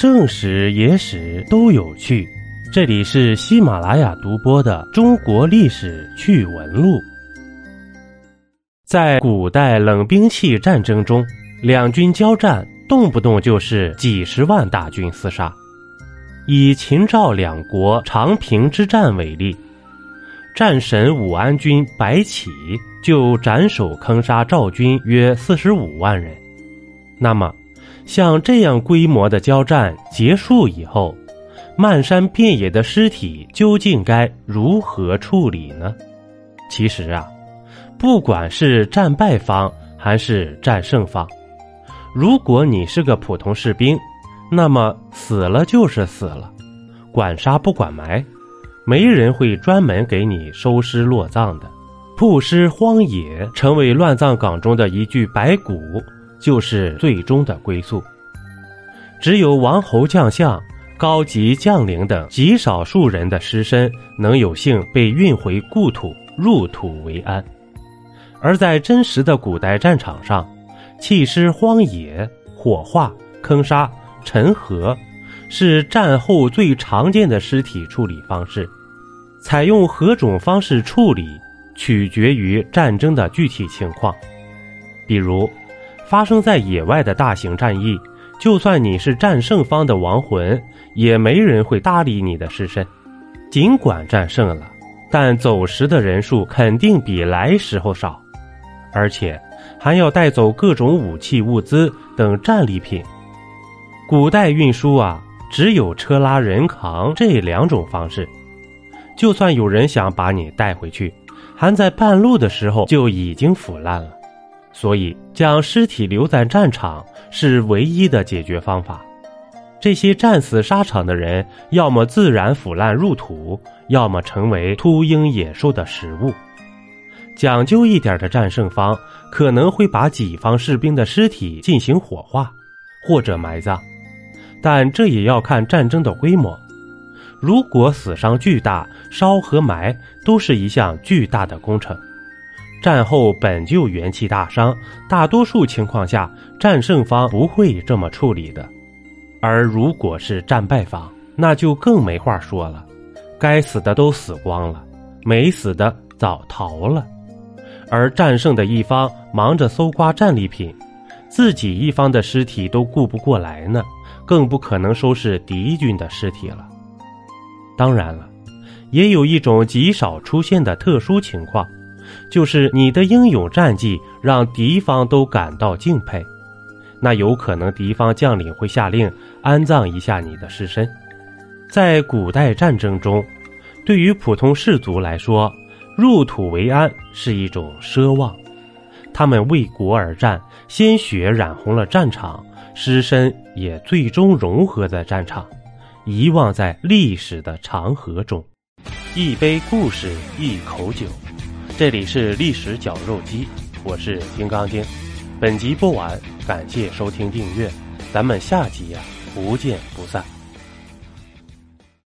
正史野史都有趣，这里是喜马拉雅独播的中国历史趣闻录。在古代冷兵器战争中，两军交战动不动就是几十万大军厮杀。以秦赵两国长平之战为例，战神武安君白起就斩首坑杀赵军约45万人。那么像这样规模的交战结束以后，漫山遍野的尸体究竟该如何处理呢？其实啊，不管是战败方还是战胜方，如果你是个普通士兵，那么死了就是死了，管杀不管埋，没人会专门给你收尸落葬的。曝尸荒野成为乱葬岗中的一具白骨，就是最终的归宿。只有王侯将相、高级将领等极少数人的尸身能有幸被运回故土，入土为安。而在真实的古代战场上，弃尸荒野、火化、坑杀、沉河是战后最常见的尸体处理方式。采用何种方式处理，取决于战争的具体情况。比如发生在野外的大型战役，就算你是战胜方的亡魂，也没人会搭理你的尸身。尽管战胜了，但走时的人数肯定比来时候少，而且还要带走各种武器物资等战利品。古代运输啊，只有车拉人扛这两种方式。就算有人想把你带回去，还在半路的时候就已经腐烂了。所以将尸体留在战场是唯一的解决方法。这些战死沙场的人，要么自然腐烂入土，要么成为秃鹰野兽的食物。讲究一点的战胜方可能会把己方士兵的尸体进行火化或者埋葬，但这也要看战争的规模。如果死伤巨大，烧和埋都是一项巨大的工程。战后本就元气大伤，大多数情况下战胜方不会这么处理的。而如果是战败方，那就更没话说了，该死的都死光了，没死的早逃了。而战胜的一方忙着搜刮战利品，自己一方的尸体都顾不过来呢，更不可能收拾敌军的尸体了。当然了，也有一种极少出现的特殊情况，就是你的英勇战绩让敌方都感到敬佩，那有可能敌方将领会下令安葬一下你的尸身。在古代战争中，对于普通士族来说，入土为安是一种奢望。他们为国而战，鲜血染红了战场，尸身也最终融合在战场，遗忘在历史的长河中。一杯故事，一口酒，这里是历史绞肉机，我是金刚经。本集播完，感谢收听订阅，咱们下集不见不散。